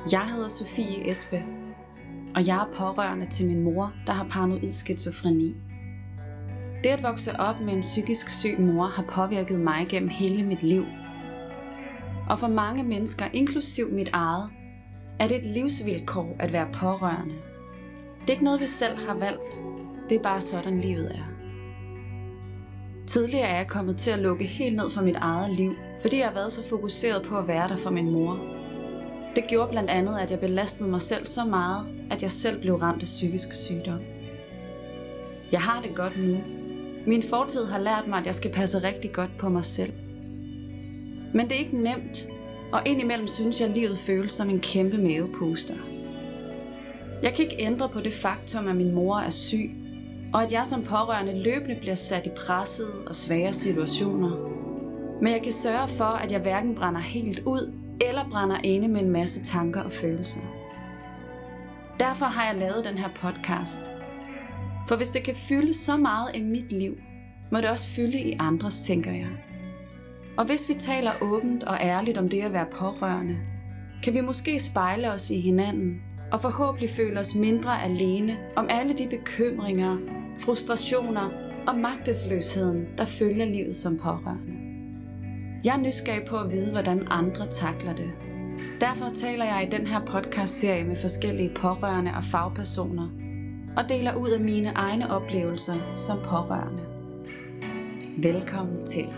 Jeg hedder Sofie Espe, og jeg er pårørende til min mor, der har paranoid skizofreni. Det at vokse op med en psykisk syg mor har påvirket mig gennem hele mit liv. Og for mange mennesker, inklusiv mit eget, er det et livsvilkår at være pårørende. Det er ikke noget, vi selv har valgt. Det er bare sådan, livet er. Tidligere er jeg kommet til at lukke helt ned for mit eget liv, fordi jeg har været så fokuseret på at være der for min mor. Det gjorde blandt andet, at jeg belastede mig selv så meget, at jeg selv blev ramt af psykisk sygdom. Jeg har det godt nu. Min fortid har lært mig, at jeg skal passe rigtig godt på mig selv. Men det er ikke nemt, og indimellem synes jeg, at livet føles som en kæmpe mavepuster. Jeg kan ikke ændre på det faktum, at min mor er syg, og at jeg som pårørende løbende bliver sat i pressede og svære situationer. Men jeg kan sørge for, at jeg hverken brænder helt ud, eller brænder inde med en masse tanker og følelser. Derfor har jeg lavet den her podcast. For hvis det kan fylde så meget i mit liv, må det også fylde i andres, tænker jeg. Og hvis vi taler åbent og ærligt om det at være pårørende, kan vi måske spejle os i hinanden og forhåbentlig føle os mindre alene om alle de bekymringer, frustrationer og magtesløsheden, der følger livet som pårørende. Jeg er nysgerrig på at vide, hvordan andre takler det. Derfor taler jeg i den her podcastserie med forskellige pårørende og fagpersoner, og deler ud af mine egne oplevelser som pårørende. Velkommen til.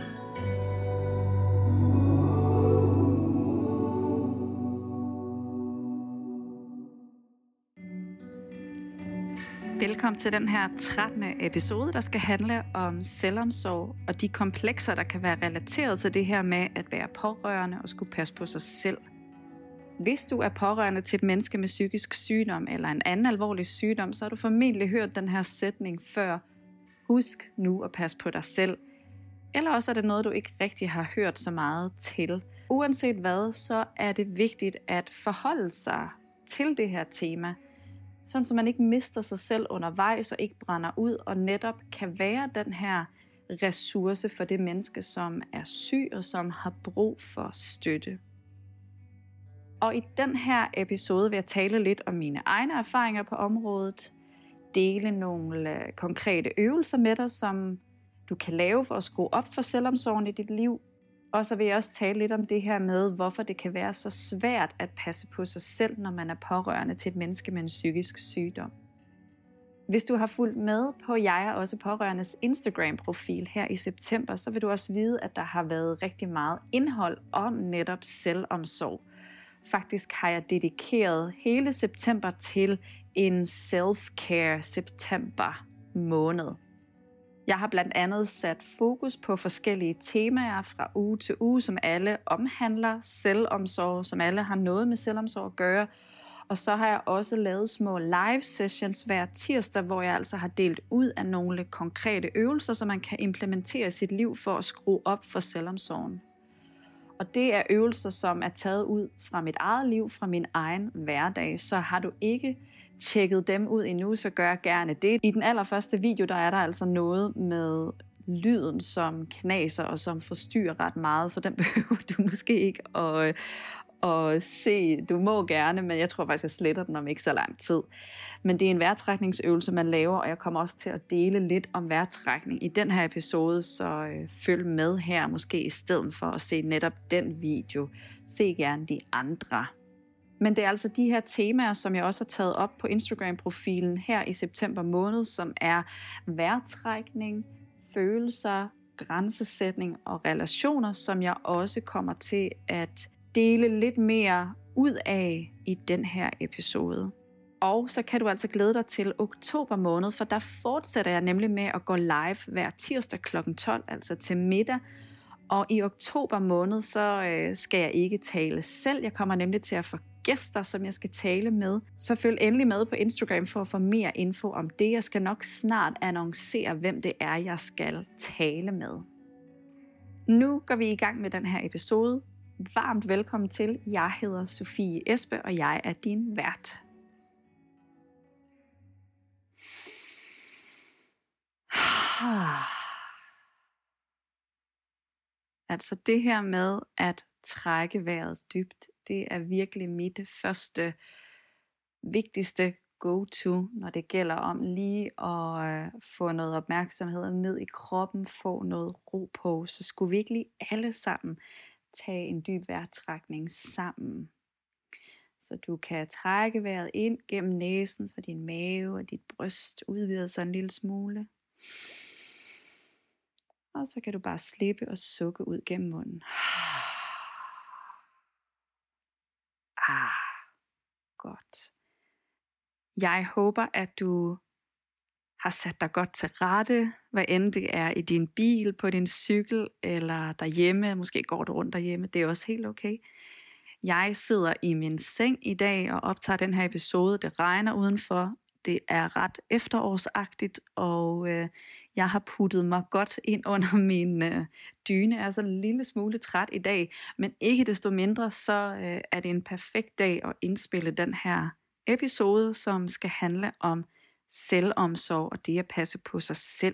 Velkommen til den her 13. episode, der skal handle om selvomsorg og de komplekser, der kan være relateret til det her med at være pårørende og skulle passe på sig selv. Hvis du er pårørende til et menneske med psykisk sygdom eller en anden alvorlig sygdom, så har du formentlig hørt den her sætning før. Husk nu at passe på dig selv. Eller også er det noget, du ikke rigtig har hørt så meget til. Uanset hvad, så er det vigtigt at forholde sig til det her tema, sådan så man ikke mister sig selv undervejs og ikke brænder ud og netop kan være den her ressource for det menneske, som er syg og som har brug for støtte. Og i den her episode vil jeg tale lidt om mine egne erfaringer på området, dele nogle konkrete øvelser med dig, som du kan lave for at skrue op for selvomsorgen i dit liv. Og så vil jeg også tale lidt om det her med, hvorfor det kan være så svært at passe på sig selv, når man er pårørende til et menneske med en psykisk sygdom. Hvis du har fulgt med på Jeg er også pårørendes Instagram-profil her i september, så vil du også vide, at der har været rigtig meget indhold om netop selvomsorg. Faktisk har jeg dedikeret hele september til en self-care september måned. Jeg har blandt andet sat fokus på forskellige temaer fra uge til uge, som alle omhandler selvomsorg, som alle har noget med selvomsorg at gøre. Og så har jeg også lavet små live sessions hver tirsdag, hvor jeg altså har delt ud af nogle konkrete øvelser, som man kan implementere i sit liv for at skrue op for selvomsorgen. Og det er øvelser, som er taget ud fra mit eget liv, fra min egen hverdag. Så har du ikke tjekket dem ud endnu, så gør gerne det. I den allerførste video, der er der altså noget med lyden, som knaser og som forstyrrer ret meget. Så den behøver du måske ikke at se. Du må gerne, men jeg tror faktisk, jeg sletter den om ikke så lang tid. Men det er en vejrtrækningsøvelse, man laver, og jeg kommer også til at dele lidt om vejrtrækning i den her episode, så følg med her måske i stedet for at se netop den video. Se gerne de andre. Men det er altså de her temaer, som jeg også har taget op på Instagram-profilen her i september måned, som er vejrtrækning, følelser, grænsesætning og relationer, som jeg også kommer til at dele lidt mere ud af i den her episode. Og så kan du altså glæde dig til oktober måned, for der fortsætter jeg nemlig med at gå live hver tirsdag kl. 12, altså til middag. Og i oktober måned, så skal jeg ikke tale selv. Jeg kommer nemlig til at få gæster, som jeg skal tale med. Så følg endelig med på Instagram for at få mere info om det. Jeg skal nok snart annoncere, hvem det er, jeg skal tale med. Nu går vi i gang med den her episode. Varmt velkommen til. Jeg hedder Sofie Espe, og jeg er din vært. Altså det her med at trække vejret dybt, Det er virkelig mit første, vigtigste go-to, når det gælder om lige at få noget opmærksomhed ned i kroppen, få noget ro på. Så skulle vi ikke lige alle sammen tage en dyb vejrtrækning sammen. Så du kan trække vejret ind gennem næsen, så din mave og dit bryst udvider sig en lille smule. Og så kan du bare slippe og sukke ud gennem munden. Godt. Jeg håber, at du har sat dig godt til rette, hvad end det er i din bil, på din cykel eller derhjemme. Måske går du rundt derhjemme, det er også helt okay. Jeg sidder i min seng i dag og optager den her episode. Det regner udenfor. Det er ret efterårsagtigt, og jeg har puttet mig godt ind under min dyne. Jeg er så en lille smule træt i dag, men ikke desto mindre, så er det en perfekt dag at indspille den her episode, som skal handle om selvomsorg og det at passe på sig selv.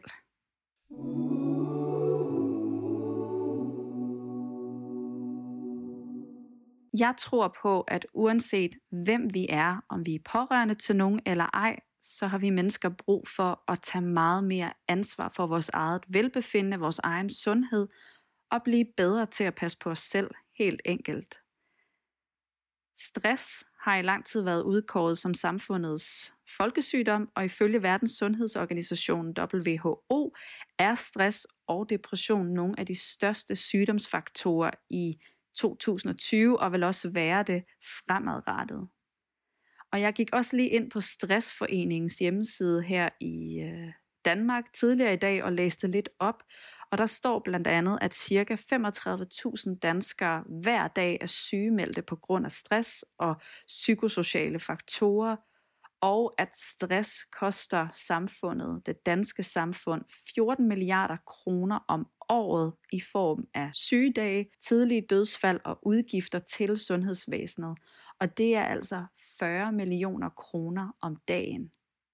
Jeg tror på, at uanset hvem vi er, om vi er pårørende til nogen eller ej, så har vi mennesker brug for at tage meget mere ansvar for vores eget velbefindende, vores egen sundhed, og blive bedre til at passe på os selv, helt enkelt. Stress har i lang tid været udkåret som samfundets folkesygdom, og ifølge Verdens Sundhedsorganisation WHO er stress og depression nogle af de største sygdomsfaktorer i 2020, og vil også være det fremadrettet. Og jeg gik også lige ind på Stressforeningens hjemmeside her i Danmark tidligere i dag og læste lidt op, og der står blandt andet, at ca. 35.000 danskere hver dag er sygemeldte på grund af stress og psykosociale faktorer, og at stress koster samfundet, det danske samfund, 14 milliarder kroner om året i form af sygedage, tidlige dødsfald og udgifter til sundhedsvæsenet. Og det er altså 40 millioner kroner om dagen.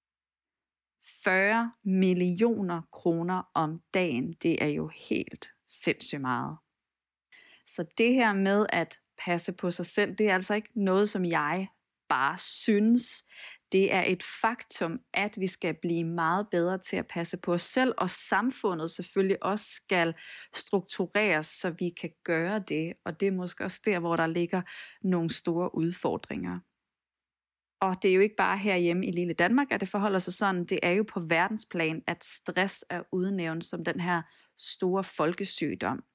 40 millioner kroner om dagen, det er jo helt sindssygt meget. Så det her med at passe på sig selv, det er altså ikke noget, som jeg bare synes. Det er et faktum, at vi skal blive meget bedre til at passe på os selv, og samfundet selvfølgelig også skal struktureres, så vi kan gøre det. Og det er måske også der, hvor der ligger nogle store udfordringer. Og det er jo ikke bare herhjemme i lille Danmark, at det forholder sig sådan. Det er jo på verdensplan, at stress er udnævnt som den her store folkesygdom.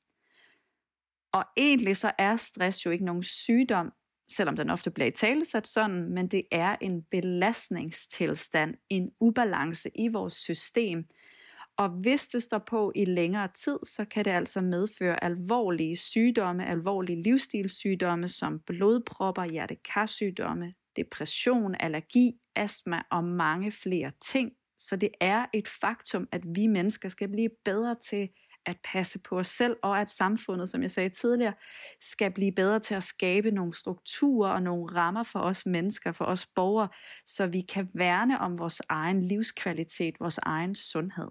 Og egentlig så er stress jo ikke nogen sygdom, selvom den ofte bliver italesat sådan, men det er en belastningstilstand, en ubalance i vores system. Og hvis det står på i længere tid, så kan det altså medføre alvorlige sygdomme, alvorlige livsstilssygdomme som blodpropper, hjerte-karsygdomme, depression, allergi, astma og mange flere ting. Så det er et faktum, at vi mennesker skal blive bedre til at passe på os selv, og at samfundet, som jeg sagde tidligere, skal blive bedre til at skabe nogle strukturer og nogle rammer for os mennesker, for os borgere, så vi kan værne om vores egen livskvalitet, vores egen sundhed.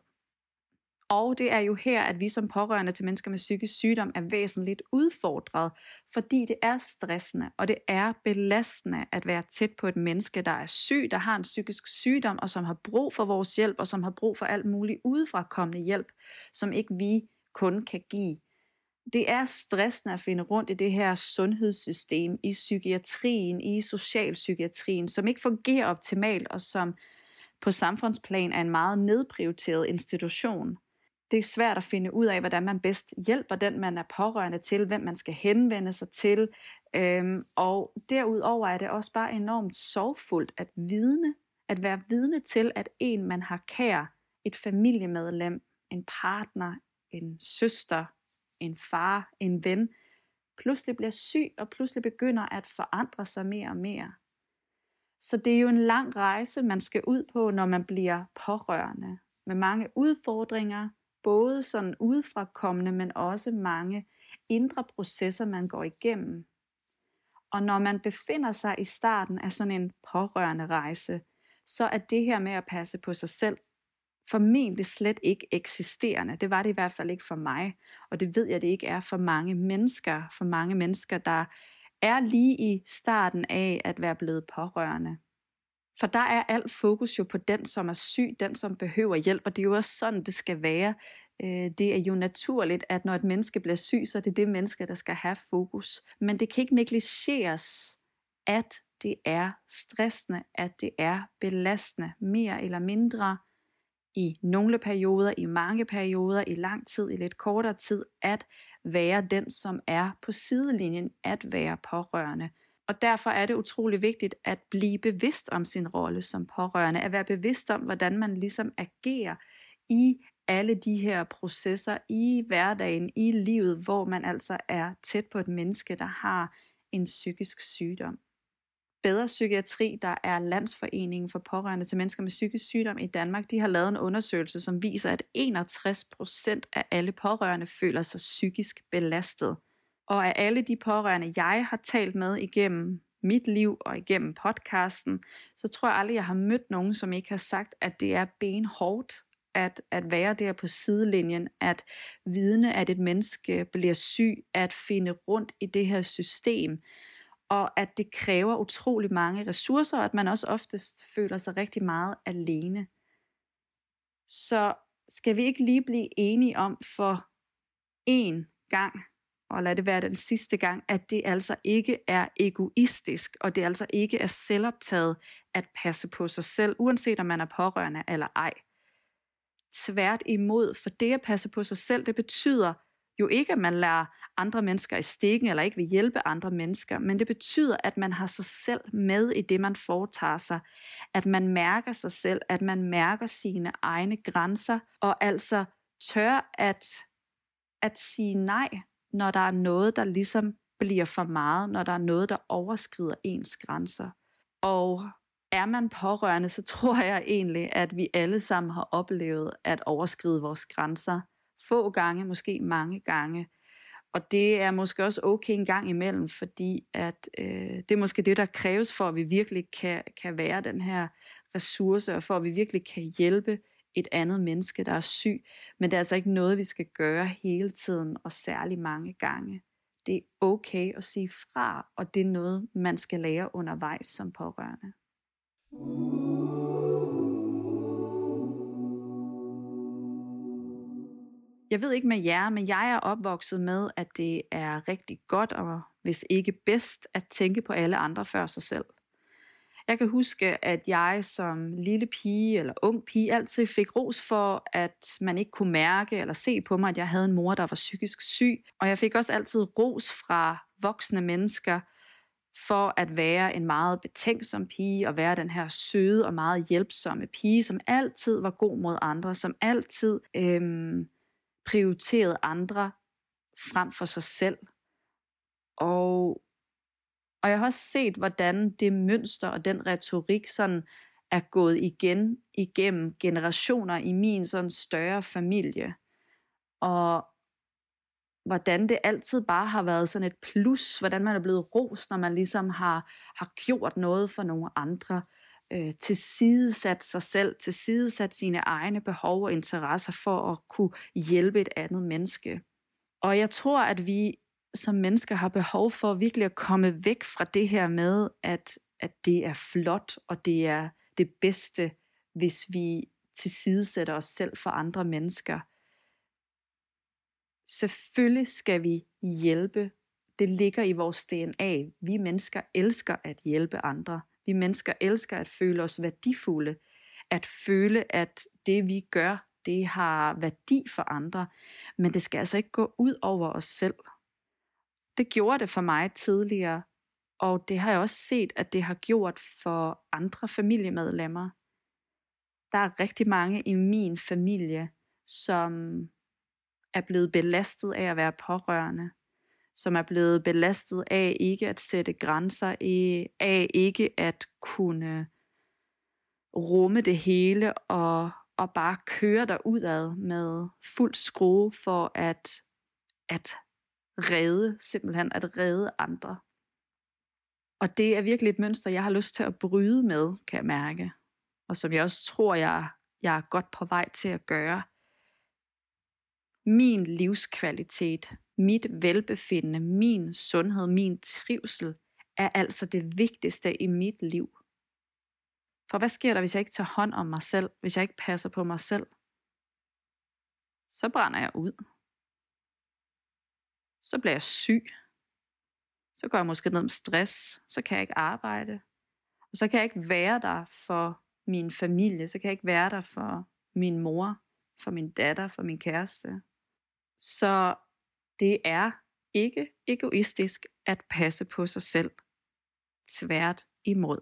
Og det er jo her, at vi som pårørende til mennesker med psykisk sygdom er væsentligt udfordret, fordi det er stressende, og det er belastende at være tæt på et menneske, der er syg, der har en psykisk sygdom, og som har brug for vores hjælp, og som har brug for alt muligt udefrakommende hjælp, som ikke vi kun kan give. Det er stressende at finde rundt i det her sundhedssystem, i psykiatrien, i socialpsykiatrien, som ikke fungerer optimalt, og som på samfundsplan er en meget nedprioriteret institution. Det er svært at finde ud af, hvordan man bedst hjælper den, man er pårørende til, hvem man skal henvende sig til. Og derudover er det også bare enormt sorgfuldt at være vidne til, at en, man har kær, et familiemedlem, en partner, en søster, en far, en ven, pludselig bliver syg og pludselig begynder at forandre sig mere og mere. Så det er jo en lang rejse, man skal ud på, når man bliver pårørende, med mange udfordringer, både sådan udefrakommende, men også mange indre processer, man går igennem. Og når man befinder sig i starten af sådan en pårørende rejse, så er det her med at passe på sig selv formentlig slet ikke eksisterende. Det var det i hvert fald ikke for mig, og det ved jeg, det ikke er for mange mennesker, der er lige i starten af at være blevet pårørende. For der er alt fokus jo på den, som er syg, den, som behøver hjælp, og det er jo også sådan, det skal være. Det er jo naturligt, at når et menneske bliver syg, så er det det menneske, der skal have fokus. Men det kan ikke negligeres, at det er stressende, at det er belastende, mere eller mindre, i nogle perioder, i mange perioder, i lang tid, i lidt kortere tid, at være den, som er på sidelinjen, at være pårørende. Og derfor er det utrolig vigtigt at blive bevidst om sin rolle som pårørende, at være bevidst om, hvordan man ligesom agerer i alle de her processer i hverdagen, i livet, hvor man altså er tæt på et menneske, der har en psykisk sygdom. Bedre Psykiatri, der er Landsforeningen for pårørende til mennesker med psykisk sygdom i Danmark, de har lavet en undersøgelse, som viser, at 61% af alle pårørende føler sig psykisk belastet. Og af alle de pårørende, jeg har talt med igennem mit liv og igennem podcasten, så tror jeg aldrig, jeg har mødt nogen, som ikke har sagt, at det er benhårdt at være der på sidelinjen, at vidne, at et menneske bliver syg, at finde rundt i det her system, og at det kræver utrolig mange ressourcer, og at man også oftest føler sig rigtig meget alene. Så skal vi ikke lige blive enige om for én gang, og lad det være den sidste gang, at det altså ikke er egoistisk, og det altså ikke er selvoptaget at passe på sig selv, uanset om man er pårørende eller ej. Tvært imod, for det at passe på sig selv, det betyder jo ikke, at man lader andre mennesker i stikken, eller ikke vil hjælpe andre mennesker, men det betyder, at man har sig selv med i det, man foretager sig, at man mærker sig selv, at man mærker sine egne grænser, og altså tør at sige nej, når der er noget, der ligesom bliver for meget, når der er noget, der overskrider ens grænser. Og er man pårørende, så tror jeg egentlig, at vi alle sammen har oplevet at overskride vores grænser. Få gange, måske mange gange. Og det er måske også okay en gang imellem, fordi at, det er måske det, der kræves for, at vi virkelig kan være den her ressource, og for at vi virkelig kan hjælpe et andet menneske, der er syg. Men det er altså ikke noget, vi skal gøre hele tiden, og særlig mange gange. Det er okay at sige fra, og det er noget, man skal lære undervejs som pårørende. Jeg ved ikke med jer, men jeg er opvokset med, at det er rigtig godt, og hvis ikke bedst, at tænke på alle andre før sig selv. Jeg kan huske, at jeg som lille pige eller ung pige altid fik ros for, at man ikke kunne mærke eller se på mig, at jeg havde en mor, der var psykisk syg. Og jeg fik også altid ros fra voksne mennesker for at være en meget betænksom pige og være den her søde og meget hjælpsomme pige, som altid var god mod andre, som altid prioriterede andre frem for sig selv. Og jeg har også set, hvordan det mønster og den retorik sådan er gået igen igennem generationer i min sådan større familie. Og hvordan det altid bare har været sådan et plus, hvordan man er blevet rost, når man ligesom har gjort noget for nogle andre, tilsidesat sig selv, tilsidesat sine egne behov og interesser for at kunne hjælpe et andet menneske. Og jeg tror, at vi som mennesker har behov for virkelig at komme væk fra det her med, at det er flot, og det er det bedste, hvis vi tilsidesætter os selv for andre mennesker. Selvfølgelig skal vi hjælpe. Det ligger i vores DNA. Vi mennesker elsker at hjælpe andre. Vi mennesker elsker at føle os værdifulde. At føle, at det vi gør, det har værdi for andre. Men det skal altså ikke gå ud over os selv. Det gjorde det for mig tidligere, og det har jeg også set, at det har gjort for andre familiemedlemmer. Der er rigtig mange i min familie, som er blevet belastet af at være pårørende, som er blevet belastet af ikke at sætte grænser, af ikke at kunne rumme det hele og bare køre derudad med fuld skrue for at simpelthen at redde andre. Og det er virkelig et mønster, jeg har lyst til at bryde med, kan jeg mærke. Og som jeg også tror, jeg er godt på vej til at gøre. Min livskvalitet, Mit velbefindende, min sundhed, min trivsel er altså det vigtigste i mit liv. For hvad sker der, hvis jeg ikke tager hånd om mig selv, hvis jeg ikke passer på mig selv? Så brænder jeg ud. Så bliver jeg syg. Så går jeg måske ned med stress. Så kan jeg ikke arbejde. Og så kan jeg ikke være der for min familie. Så kan jeg ikke være der for min mor, for min datter, for min kæreste. Så det er ikke egoistisk at passe på sig selv. Tvært imod.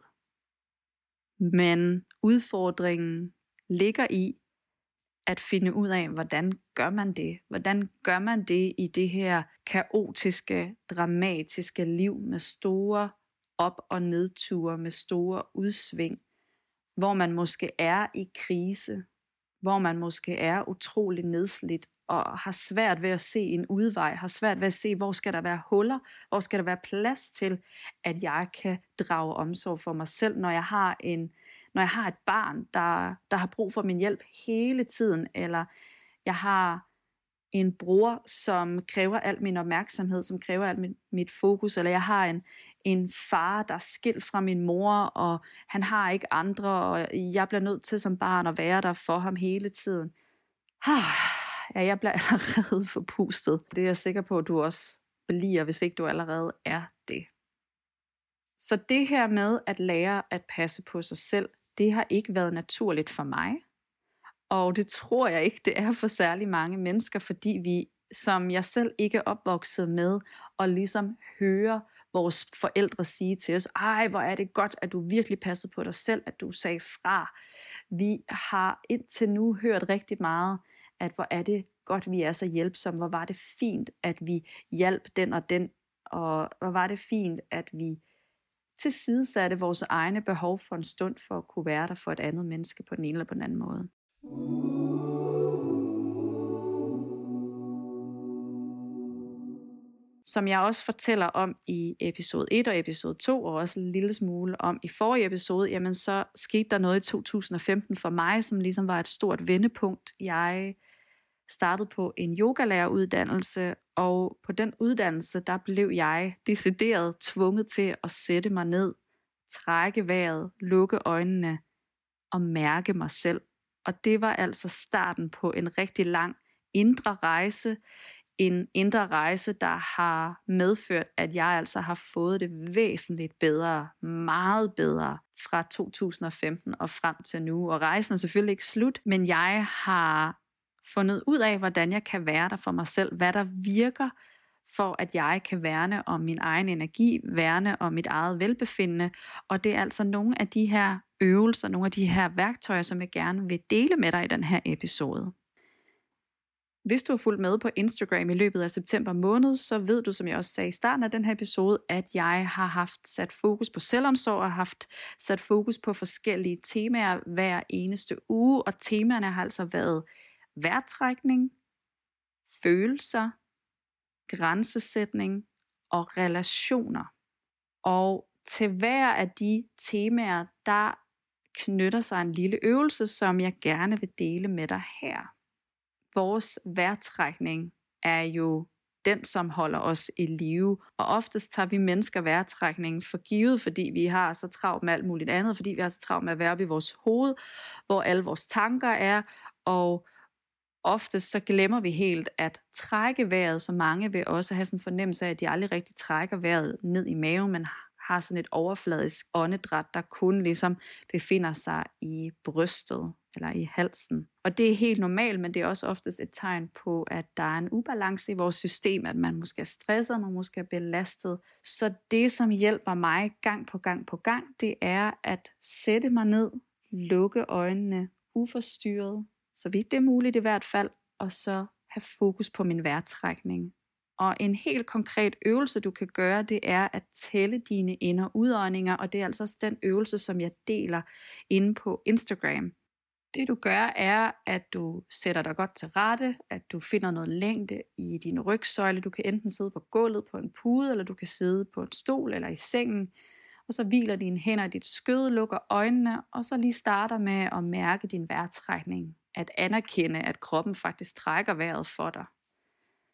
Men udfordringen ligger i at finde ud af, hvordan gør man det? Hvordan gør man det i det her kaotiske, dramatiske liv med store op- og nedture, med store udsving, hvor man måske er i krise, hvor man måske er utrolig nedslidt og har svært ved at se en udvej, har svært ved at se, hvor skal der være huller, hvor skal der være plads til, at jeg kan drage omsorg for mig selv, når jeg har et barn, der har brug for min hjælp hele tiden, eller jeg har en bror, som kræver al min opmærksomhed, som kræver al mit fokus, eller jeg har en far, der er skilt fra min mor, og han har ikke andre, og jeg bliver nødt til som barn at være der for ham hele tiden. Ja, jeg bliver allerede forpustet. Det er jeg sikker på, at du også bliver, hvis ikke du allerede er det. Så det her med at lære at passe på sig selv, det har ikke været naturligt for mig. Og det tror jeg ikke, det er for særlig mange mennesker, fordi vi, som jeg selv ikke er opvokset med, og ligesom hører vores forældre sige til os, ej, hvor er det godt, at du virkelig passer på dig selv, at du sagde fra. Vi har indtil nu hørt rigtig meget, at hvor er det godt, vi er så hjælpsomme, hvor var det fint, at vi hjalp den og den, og hvor var det fint, at vi tilsidesatte vores egne behov for en stund, for at kunne være der for et andet menneske på den ene eller på den anden måde. Som jeg også fortæller om i episode 1 og episode 2, og også en lille smule om i forrige episode, jamen så skete der noget i 2015 for mig, som ligesom var et stort vendepunkt. Jeg startede på en yogalæreruddannelse, og på den uddannelse, der blev jeg decideret tvunget til at sætte mig ned, trække vejret, lukke øjnene og mærke mig selv. Og det var altså starten på en rigtig lang indre rejse. En indre rejse, der har medført, at jeg altså har fået det væsentligt bedre, meget bedre fra 2015 og frem til nu. Og rejsen er selvfølgelig ikke slut, men jeg har fundet ud af, hvordan jeg kan være der for mig selv, hvad der virker for, at jeg kan værne om min egen energi, værne om mit eget velbefindende. Og det er altså nogle af de her øvelser, nogle af de her værktøjer, som jeg gerne vil dele med dig i den her episode. Hvis du har fulgt med på Instagram i løbet af september måned, så ved du, som jeg også sagde i starten af den her episode, at jeg har haft sat fokus på selvomsorg og haft sat fokus på forskellige temaer hver eneste uge. Og temaerne har altså været vejrtrækning, følelser, grænsesætning og relationer. Og til hver af de temaer, der knytter sig en lille øvelse, som jeg gerne vil dele med dig her. Vores vejrtrækning er jo den, som holder os i live. Og oftest tager vi mennesker vejrtrækningen for givet, fordi vi har så travlt med alt muligt andet, fordi vi har så travlt med at være oppe i vores hoved, hvor alle vores tanker er, og oftest så glemmer vi helt at trække vejret, så mange vil også have sådan en fornemmelse af, at de aldrig rigtig trækker vejret ned i maven, men har sådan et overfladisk åndedræt, der kun ligesom befinder sig i brystet eller i halsen. Og det er helt normalt, men det er også oftest et tegn på, at der er en ubalance i vores system, at man måske er stresset, man måske er belastet. Så det, som hjælper mig gang på gang, det er at sætte mig ned, lukke øjnene uforstyrret, så vidt det er muligt i hvert fald, og så have fokus på min vejrtrækning. Og en helt konkret øvelse, du kan gøre, det er at tælle dine ind- og udåndinger, og det er altså også den øvelse, som jeg deler inde på Instagram. Det du gør, er, at du sætter dig godt til rette, at du finder noget længde i din rygsøjle. Du kan enten sidde på gulvet på en pude, eller du kan sidde på en stol eller i sengen. Og så hviler dine hænder i dit skød, lukker øjnene, og så lige starter med at mærke din vejrtrækning. At anerkende, at kroppen faktisk trækker vejret for dig.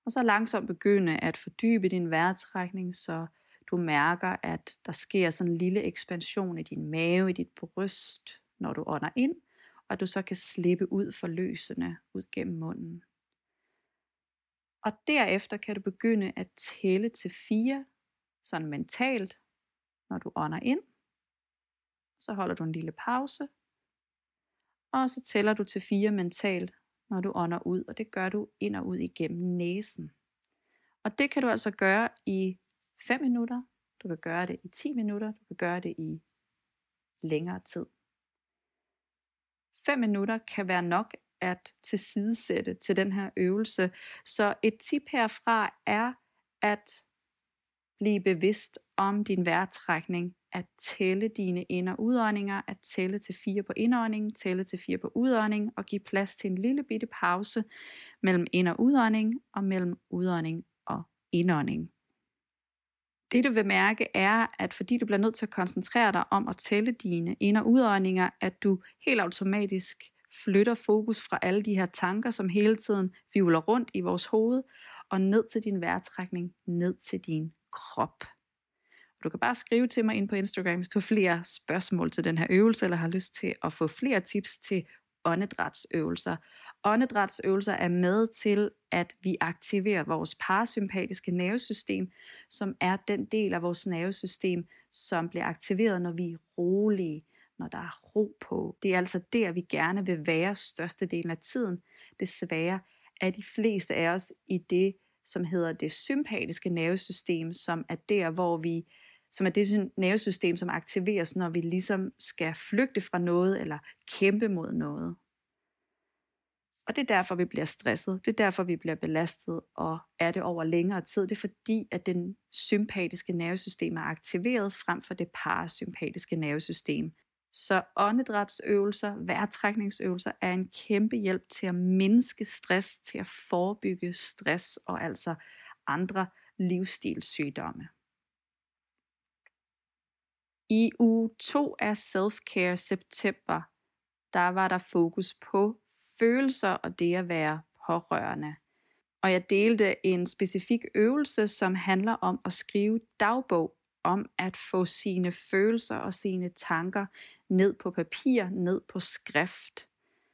Og så langsomt begynde at fordybe din vejrtrækning, så du mærker, at der sker sådan en lille ekspansion i din mave, i dit bryst, når du ånder ind, og du så kan slippe ud forløsende ud gennem munden. Og derefter kan du begynde at tælle til 4, sådan mentalt, når du ånder ind. Så holder du en lille pause, og så tæller du til 4 mentalt, når du ånder ud, og det gør du ind og ud igennem næsen. Og det kan du altså gøre i 5 minutter, du kan gøre det i 10 minutter, du kan gøre det i længere tid. 5 minutter kan være nok at tilsidesætte til den her øvelse, så et tip herfra er at blive bevidst om din vejrtrækning, at tælle dine ind- og udåndinger, at tælle til 4 på indånding, tælle til 4 på udånding, og give plads til en lille bitte pause mellem ind- og udånding, og mellem udånding og indånding. Det du vil mærke er, at fordi du bliver nødt til at koncentrere dig om at tælle dine ind- og udåndinger, at du helt automatisk flytter fokus fra alle de her tanker, som hele tiden hvirvler rundt i vores hoved, og ned til din vejrtrækning, ned til din krop. Du kan bare skrive til mig ind på Instagram, hvis du har flere spørgsmål til den her øvelse, eller har lyst til at få flere tips til åndedrætsøvelser. Åndedrætsøvelser er med til, at vi aktiverer vores parasympatiske nervesystem, som er den del af vores nervesystem, som bliver aktiveret, når vi er rolige, når der er ro på. Det er altså der, vi gerne vil være størstedelen af tiden. Desværre er de fleste af os i det, som hedder det sympatiske nervesystem, som er der, som er det nervesystem, som aktiveres, når vi ligesom skal flygte fra noget eller kæmpe mod noget. Og det er derfor, vi bliver stresset. Det er derfor, vi bliver belastet, og er det over længere tid. Det er fordi, at den sympatiske nervesystem er aktiveret frem for det parasympatiske nervesystem. Så åndedrætsøvelser, vejrtrækningsøvelser er en kæmpe hjælp til at mindske stress, til at forebygge stress og altså andre livsstilssygdomme. I uge 2 af Self-Care September, der var der fokus på følelser og det at være pårørende. Og jeg delte en specifik øvelse, som handler om at skrive dagbog, om at få sine følelser og sine tanker ned på papir, ned på skrift.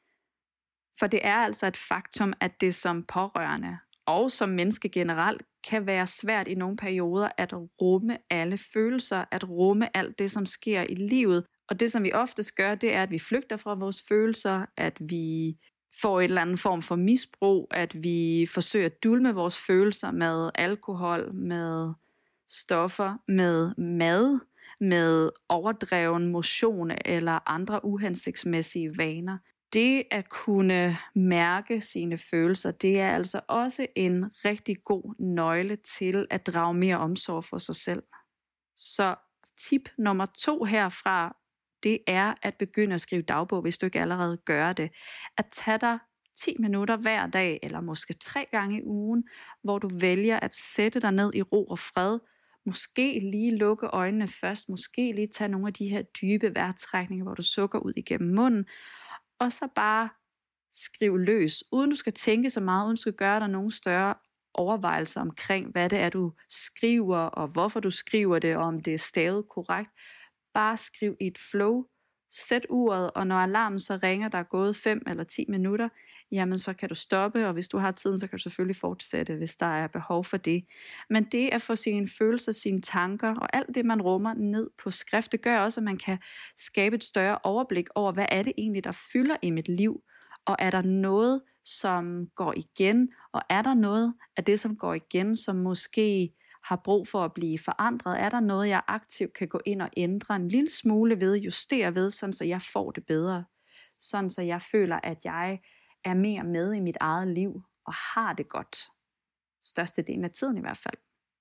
For det er altså et faktum, at det som pårørende og som menneske generelt kan være svært i nogle perioder at rumme alle følelser, at rumme alt det, som sker i livet. Og det, som vi oftest gør, det er, at vi flygter fra vores følelser, at vi får et eller andet form for misbrug, at vi forsøger at dulme vores følelser med alkohol, med stoffer, med mad, med overdreven motion eller andre uhensigtsmæssige vaner. Det at kunne mærke sine følelser, det er altså også en rigtig god nøgle til at drage mere omsorg for sig selv. Så tip nummer 2 herfra, det er at begynde at skrive dagbog, hvis du ikke allerede gør det. At tage dig 10 minutter hver dag, eller måske 3 gange i ugen, hvor du vælger at sætte dig ned i ro og fred. Måske lige lukke øjnene først, måske lige tage nogle af de her dybe vejrtrækninger, hvor du sukker ud igennem munden, og så bare skriv løs, uden du skal tænke så meget, uden du skal gøre dig nogle større overvejelser omkring, hvad det er, du skriver, og hvorfor du skriver det, og om det er stavet korrekt. Bare skriv i et flow, sæt uret, og når alarmen så ringer, der er gået 5 eller 10 minutter, jamen så kan du stoppe, og hvis du har tiden, så kan du selvfølgelig fortsætte, hvis der er behov for det. Men det at få sine følelser, sine tanker, og alt det, man rummer ned på skrift, det gør også, at man kan skabe et større overblik over, hvad er det egentlig, der fylder i mit liv, og er der noget, som går igen, og er der noget af det, som går igen, som måske har brug for at blive forandret? Er der noget, jeg aktivt kan gå ind og ændre en lille smule ved, justere ved, sådan så jeg får det bedre? Sådan så jeg føler, at jeg er mere med i mit eget liv og har det godt. Størstedelen af tiden i hvert fald.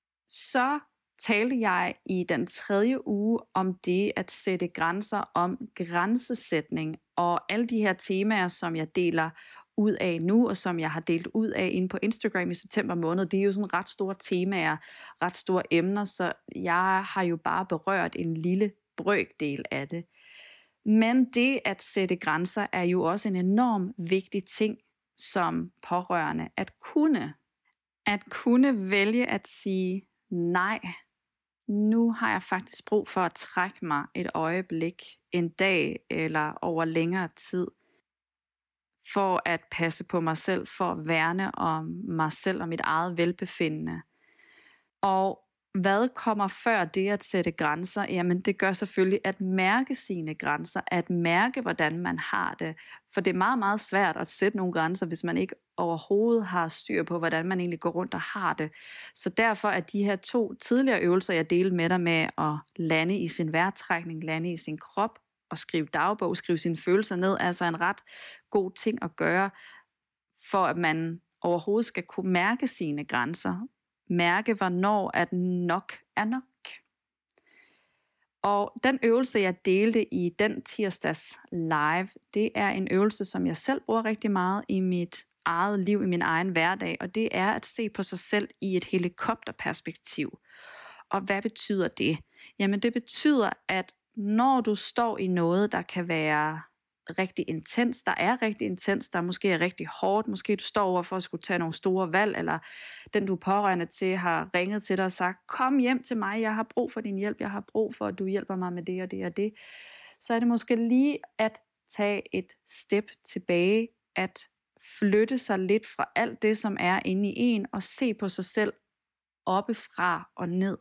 Så talte jeg i den 3. uge om det at sætte grænser, om grænsesætning og alle de her temaer, som jeg deler ud af nu, og som jeg har delt ud af inde på Instagram i september måned. Det er jo sådan ret store temaer, ret store emner, så jeg har jo bare berørt en lille brøkdel af det. Men det at sætte grænser er jo også en enorm vigtig ting som pårørende at kunne. At kunne vælge at sige nej. Nu har jeg faktisk brug for at trække mig et øjeblik, en dag eller over længere tid, for at passe på mig selv, for at værne om mig selv og mit eget velbefindende. Og hvad kommer før det at sætte grænser? Jamen det gør selvfølgelig at mærke sine grænser, at mærke hvordan man har det. For det er meget, meget svært at sætte nogle grænser, hvis man ikke overhovedet har styr på, hvordan man egentlig går rundt og har det. Så derfor er de her 2 tidligere øvelser, jeg delte med dig med at lande i sin vejrtrækning, lande i sin krop og skrive dagbog, skrive sine følelser ned, altså en ret god ting at gøre, for at man overhovedet skal kunne mærke sine grænser. Mærke, hvornår at nok er nok. Og den øvelse, jeg delte i den tirsdags live, det er en øvelse, som jeg selv bruger rigtig meget i mit eget liv, i min egen hverdag, og det er at se på sig selv i et helikopterperspektiv. Og hvad betyder det? Jamen det betyder, at når du står i noget, der kan være rigtig intens, der er rigtig intens, der måske er rigtig hårdt, måske du står over for at skulle tage nogle store valg, eller den du er pårørende til har ringet til dig og sagt, kom hjem til mig, jeg har brug for din hjælp, jeg har brug for, at du hjælper mig med det og det og det, så er det måske lige at tage et step tilbage, at flytte sig lidt fra alt det, som er inde i en, og se på sig selv oppefra og ned.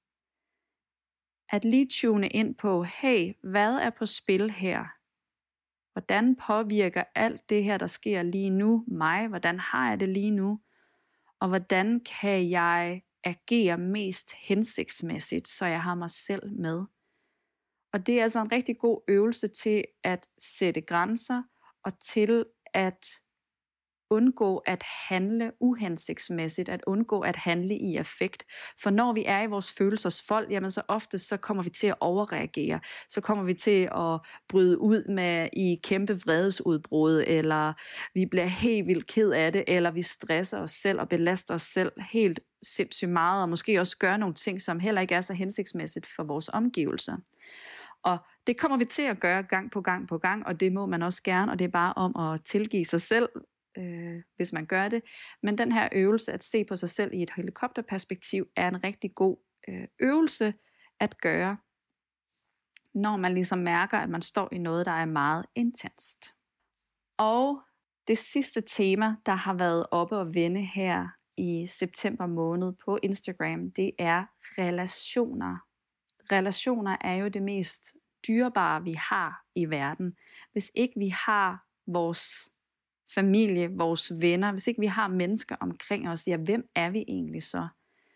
At lige tune ind på, hey, hvad er på spil her? Hvordan påvirker alt det her, der sker lige nu, mig? Hvordan har jeg det lige nu? Og hvordan kan jeg agere mest hensigtsmæssigt, så jeg har mig selv med? Og det er altså en rigtig god øvelse til at sætte grænser, og til at undgå at handle uhensigtsmæssigt, at undgå at handle i affekt. For når vi er i vores følelsers fold, jamen så ofte så kommer vi til at overreagere. Så kommer vi til at bryde ud med i kæmpe vredesudbrud, eller vi bliver helt vildt ked af det, eller vi stresser os selv og belaster os selv helt sindssygt meget, og måske også gør nogle ting, som heller ikke er så hensigtsmæssigt for vores omgivelser. Og det kommer vi til at gøre gang på gang på gang, og det må man også gerne, og det er bare om at tilgive sig selv, hvis man gør det. Men den her øvelse, at se på sig selv i et helikopterperspektiv, er en rigtig god øvelse at gøre, når man ligesom mærker, at man står i noget, der er meget intenst. Og det sidste tema, der har været oppe at vende her i september måned på Instagram, det er relationer. Relationer er jo det mest dyrebare, vi har i verden. Hvis ikke vi har vores familie, vores venner, hvis ikke vi har mennesker omkring os, ja, hvem er vi egentlig så?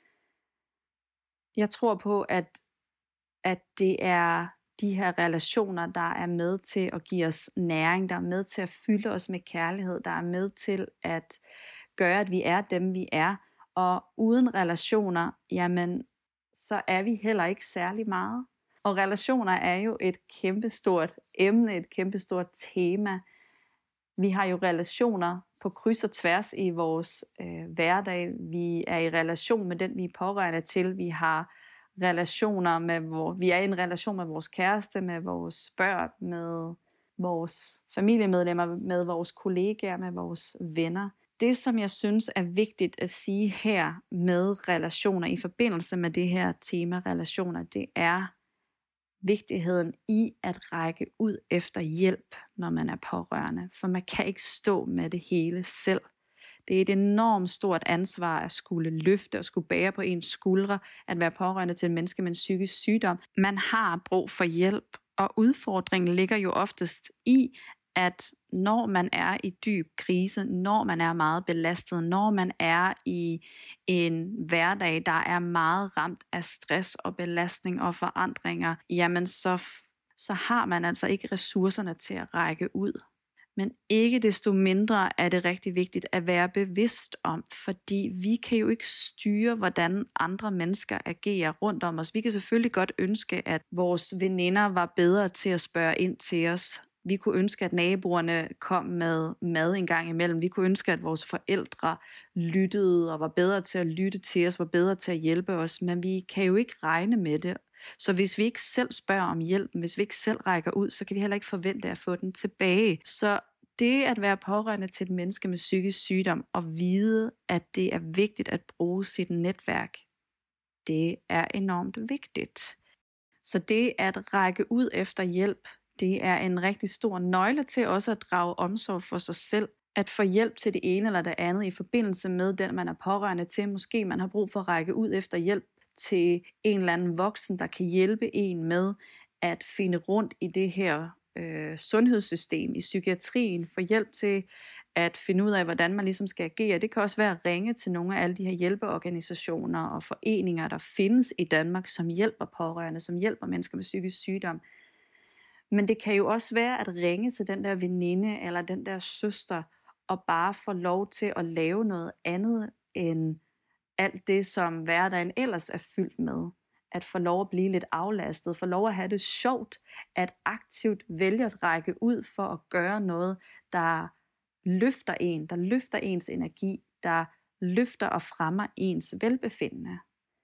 Jeg tror på, at det er de her relationer, der er med til at give os næring, der er med til at fylde os med kærlighed, der er med til at gøre, at vi er dem, vi er. Og uden relationer, jamen, så er vi heller ikke særlig meget. Og relationer er jo et kæmpestort emne, et kæmpestort tema. Vi har jo relationer på kryds og tværs i vores hverdag. Vi er i relation med den, vi er pårørende til. Vi har relationer med vi er i en relation med vores kæreste, med vores børn, med vores familiemedlemmer, med vores kollegaer, med vores venner. Det, som jeg synes er vigtigt at sige her med relationer i forbindelse med det her tema relationer, det er vigtigheden i at række ud efter hjælp, når man er pårørende. For man kan ikke stå med det hele selv. Det er et enormt stort ansvar at skulle løfte og skulle bære på ens skuldre, at være pårørende til et menneske med en psykisk sygdom. Man har brug for hjælp, og udfordringen ligger jo oftest i, at når man er i dyb krise, når man er meget belastet, når man er i en hverdag, der er meget ramt af stress og belastning og forandringer, jamen så har man altså ikke ressourcerne til at række ud. Men ikke desto mindre er det rigtig vigtigt at være bevidst om, fordi vi kan jo ikke styre, hvordan andre mennesker agerer rundt om os. Vi kan selvfølgelig godt ønske, at vores veninder var bedre til at spørge ind til os. Vi kunne ønske, at naboerne kom med mad en gang imellem. Vi kunne ønske, at vores forældre lyttede og var bedre til at lytte til os, var bedre til at hjælpe os, men vi kan jo ikke regne med det. Så hvis vi ikke selv spørger om hjælp, hvis vi ikke selv rækker ud, så kan vi heller ikke forvente at få den tilbage. Så det at være pårørende til et menneske med psykisk sygdom og vide, at det er vigtigt at bruge sit netværk, det er enormt vigtigt. Så det at række ud efter hjælp, det er en rigtig stor nøgle til også at drage omsorg for sig selv. At få hjælp til det ene eller det andet i forbindelse med den, man er pårørende til. Måske man har brug for at række ud efter hjælp til en eller anden voksen, der kan hjælpe en med at finde rundt i det her sundhedssystem i psykiatrien. Få hjælp til at finde ud af, hvordan man ligesom skal agere. Det kan også være at ringe til nogle af alle de her hjælpeorganisationer og foreninger, der findes i Danmark, som hjælper pårørende, som hjælper mennesker med psykisk sygdom. Men det kan jo også være at ringe til den der veninde eller den der søster og bare få lov til at lave noget andet end alt det, som hverdagen ellers er fyldt med. At få lov at blive lidt aflastet, få lov at have det sjovt, at aktivt vælge at række ud for at gøre noget, der løfter en, der løfter ens energi, der løfter og fremmer ens velbefindende.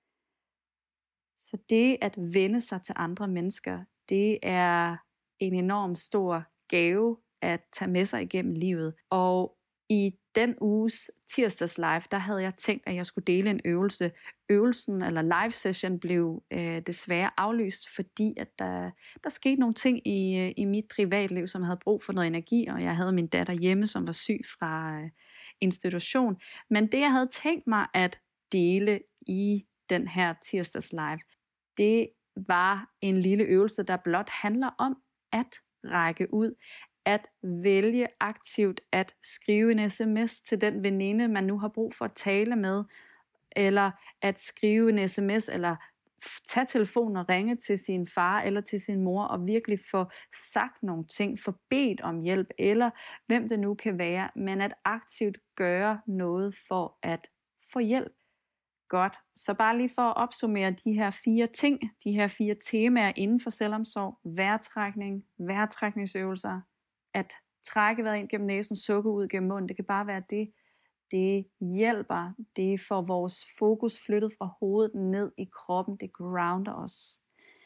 Så det at vende sig til andre mennesker, det er en enorm stor gave at tage med sig igennem livet. Og i den uges tirsdags live, der havde jeg tænkt, at jeg skulle dele en øvelse. Øvelsen eller live session blev desværre aflyst, fordi at der skete nogle ting i mit privatliv, som havde brug for noget energi, og jeg havde min datter hjemme, som var syg fra institution. Men det, jeg havde tænkt mig at dele i den her tirsdags live, det var en lille øvelse, der blot handler om at række ud, at vælge aktivt at skrive en sms til den veninde, man nu har brug for at tale med, eller at skrive en sms, eller tage telefonen og ringe til sin far eller til sin mor, og virkelig få sagt nogle ting, få bedt om hjælp, eller hvem det nu kan være, men at aktivt gøre noget for at få hjælp. Godt, så bare lige for at opsummere de her 4 ting, de her 4 temaer inden for selvomsorg: vejrtrækning, vejrtrækningsøvelser, at trække vejret ind gennem næsen, sukke ud gennem munden, det kan bare være det. Det hjælper, det får vores fokus flyttet fra hovedet ned i kroppen, det grounder os.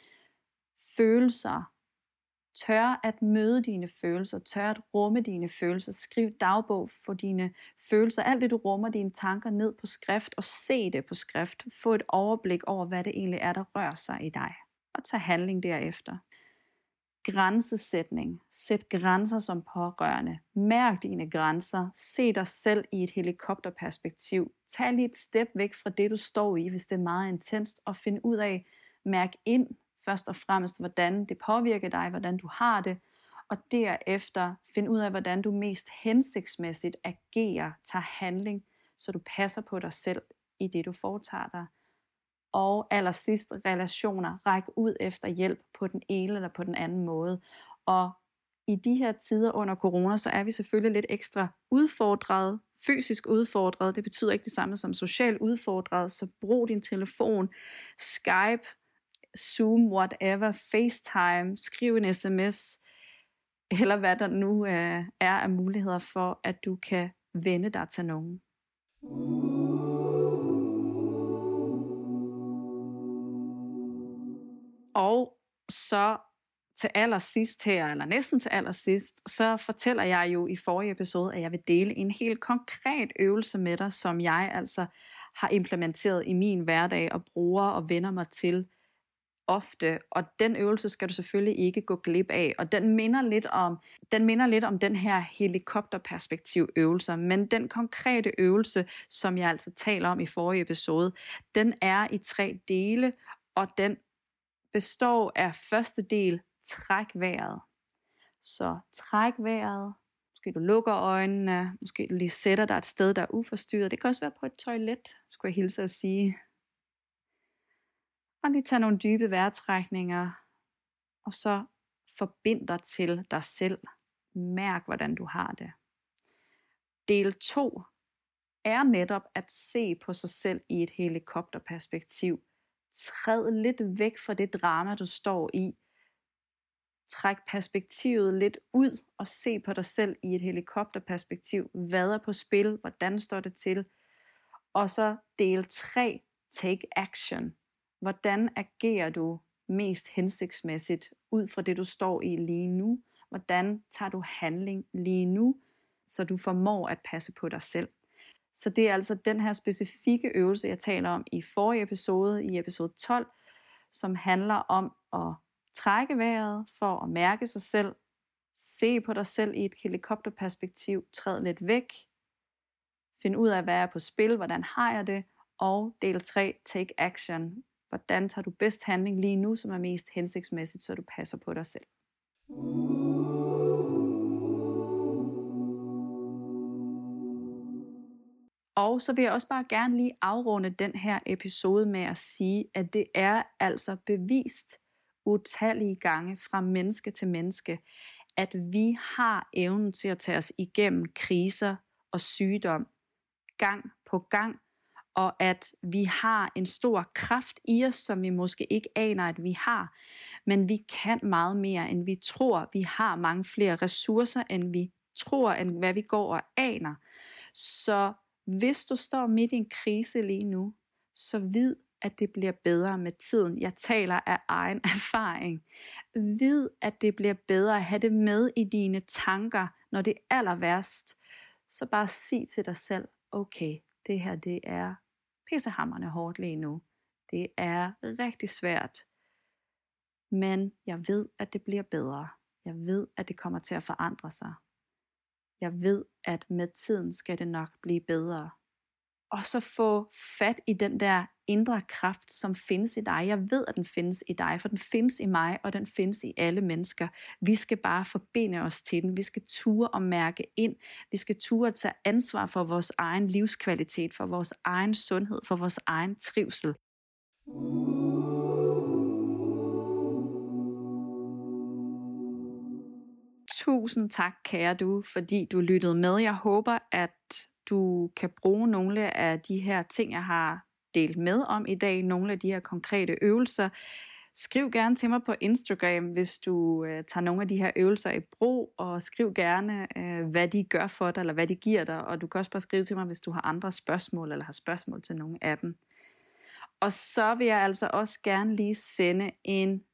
Følelser. Tør at møde dine følelser, tør at rumme dine følelser, skriv dagbog for dine følelser, alt det du rummer dine tanker ned på skrift, og se det på skrift, få et overblik over, hvad det egentlig er, der rører sig i dig, og tag handling derefter. Grænsesætning. Sæt grænser som pårørende. Mærk dine grænser. Se dig selv i et helikopterperspektiv. Tag lige et step væk fra det, du står i, hvis det er meget intenst, og find ud af, mærk ind først og fremmest, hvordan det påvirker dig, hvordan du har det, og derefter find ud af, hvordan du mest hensigtsmæssigt agerer, tager handling, så du passer på dig selv i det, du foretager dig. Og allersidst relationer. Ræk ud efter hjælp på den ene eller på den anden måde. Og i de her tider under corona, så er vi selvfølgelig lidt ekstra udfordret, fysisk udfordret. Det betyder ikke det samme som socialt udfordret, så brug din telefon, Skype, Zoom, whatever, FaceTime, skriv en sms, eller hvad der nu er af muligheder for, at du kan vende dig til nogen. Og så til allersidst her, eller næsten til allersidst, så fortæller jeg jo i forrige episode, at jeg vil dele en helt konkret øvelse med dig, som jeg altså har implementeret i min hverdag og bruger og vender mig til ofte. Og den øvelse skal du selvfølgelig ikke gå glip af. Og den minder lidt om den her helikopterperspektiv øvelser. Men den konkrete øvelse, som jeg altså taler om i forrige episode, den er i 3 dele, og den består af første del, træk vejret. Så træk vejret. Måske du lukker øjnene. Måske du lige sætter dig et sted, der er uforstyrret. Det kan også være på et toilet, skulle jeg hilse at sige. Og lige tage nogle dybe vejrtrækninger. Og så forbind dig til dig selv. Mærk, hvordan du har det. Del 2 er netop at se på sig selv i et helikopterperspektiv. Træd lidt væk fra det drama, du står i. Træk perspektivet lidt ud og se på dig selv i et helikopterperspektiv. Hvad er på spil? Hvordan står det til? Og så del 3, take action. Hvordan agerer du mest hensigtsmæssigt ud fra det, du står i lige nu? Hvordan tager du handling lige nu, så du formår at passe på dig selv? Så det er altså den her specifikke øvelse, jeg taler om i forrige episode, i episode 12, som handler om at trække vejret for at mærke sig selv, se på dig selv i et helikopterperspektiv, træd lidt væk, find ud af, hvad er på spil, hvordan har jeg det, og del 3, take action. Hvordan tager du bedst handling lige nu, som er mest hensigtsmæssigt, så du passer på dig selv. Og så vil jeg også bare gerne lige afrunde den her episode med at sige, at det er altså bevist utallige gange fra menneske til menneske, at vi har evnen til at tage os igennem kriser og sygdom gang på gang, og at vi har en stor kraft i os, som vi måske ikke aner, at vi har. Men vi kan meget mere, end vi tror. Vi har mange flere ressourcer, end vi tror, end hvad vi går og aner. Så hvis du står midt i en krise lige nu, så vid, at det bliver bedre med tiden. Jeg taler af egen erfaring. Vid, at det bliver bedre at have det med i dine tanker, når det er aller værst. Så bare sig til dig selv, okay, det her det er pissehamrende hårdt lige nu. Det er rigtig svært. Men jeg ved, at det bliver bedre. Jeg ved, at det kommer til at forandre sig. Jeg ved, at med tiden skal det nok blive bedre. Og så få fat i den der indre kraft, som findes i dig. Jeg ved, at den findes i dig, for den findes i mig, og den findes i alle mennesker. Vi skal bare forbinde os til den. Vi skal ture og mærke ind. Vi skal ture at tage ansvar for vores egen livskvalitet, for vores egen sundhed, for vores egen trivsel. Tusind tak, kære du, fordi du lyttede med. Jeg håber, at du kan bruge nogle af de her ting, jeg har delt med om i dag, nogle af de her konkrete øvelser. Skriv gerne til mig på Instagram, hvis du tager nogle af de her øvelser i brug, og skriv gerne, hvad de gør for dig, eller hvad de giver dig, og du kan også bare skrive til mig, hvis du har andre spørgsmål, eller har spørgsmål til nogle af dem. Og så vil jeg altså også gerne lige sende en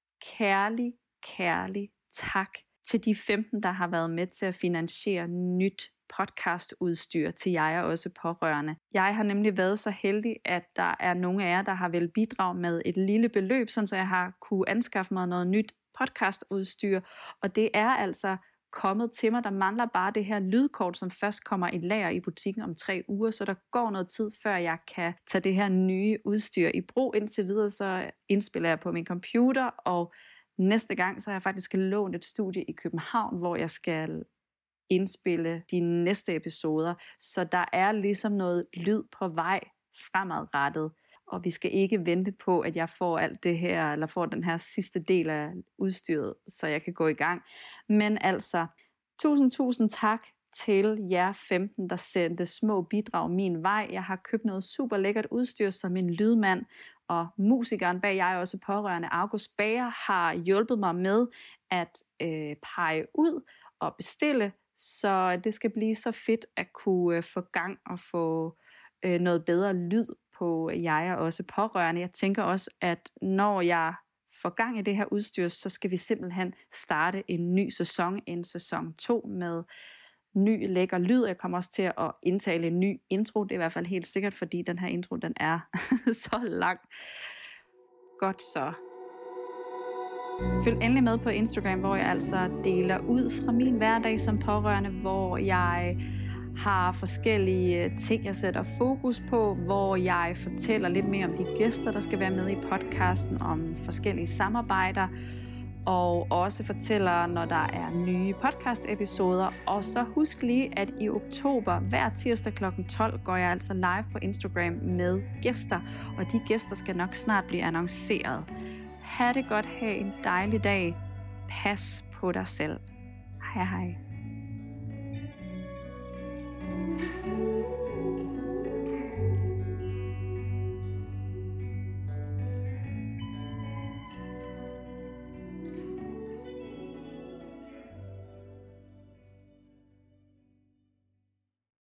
kærlig tak til de 15, der har været med til at finansiere nyt podcastudstyr til jeg og også pårørende. Jeg har nemlig været så heldig, at der er nogle af jer, der har vel bidraget med et lille beløb, så jeg har kunne anskaffe mig noget nyt podcastudstyr, og det er altså kommet til mig. Der mangler bare det her lydkort, som først kommer i lager i butikken om 3 uger, så der går noget tid, før jeg kan tage det her nye udstyr i brug. Indtil videre så indspiller jeg på min computer, og næste gang så har jeg faktisk lånt et studie i København, hvor jeg skal indspille de næste episoder. Så der er ligesom noget lyd på vej fremadrettet, og vi skal ikke vente på, at jeg får alt det her, eller får den her sidste del af udstyret, så jeg kan gå i gang. Men altså, tusind tak til jer 15, der sendte små bidrag min vej. Jeg har købt noget super lækkert udstyr, som min lydmand og musikeren bag jeg også pårørende, August Bager, har hjulpet mig med at pege ud og bestille, så det skal blive så fedt at kunne få gang og få noget bedre lyd på jeg og også pårørende. Jeg tænker også, at når jeg får gang i det her udstyr, så skal vi simpelthen starte en ny sæson, en sæson 2 med ny lækker lyd. Jeg kommer også til at indtale en ny intro, det er i hvert fald helt sikkert, fordi den her intro, den er så lang. Godt så. Følg endelig med på Instagram, hvor jeg altså deler ud fra min hverdag som pårørende, hvor jeg har forskellige ting, jeg sætter fokus på, hvor jeg fortæller lidt mere om de gæster, der skal være med i podcasten, om forskellige samarbejder, og også fortæller, når der er nye podcast-episoder. Og så husk lige, at i oktober, hver tirsdag kl. 12, går jeg altså live på Instagram med gæster, og de gæster skal nok snart blive annonceret. Ha' det godt, have en dejlig dag. Pas på dig selv. Hej hej.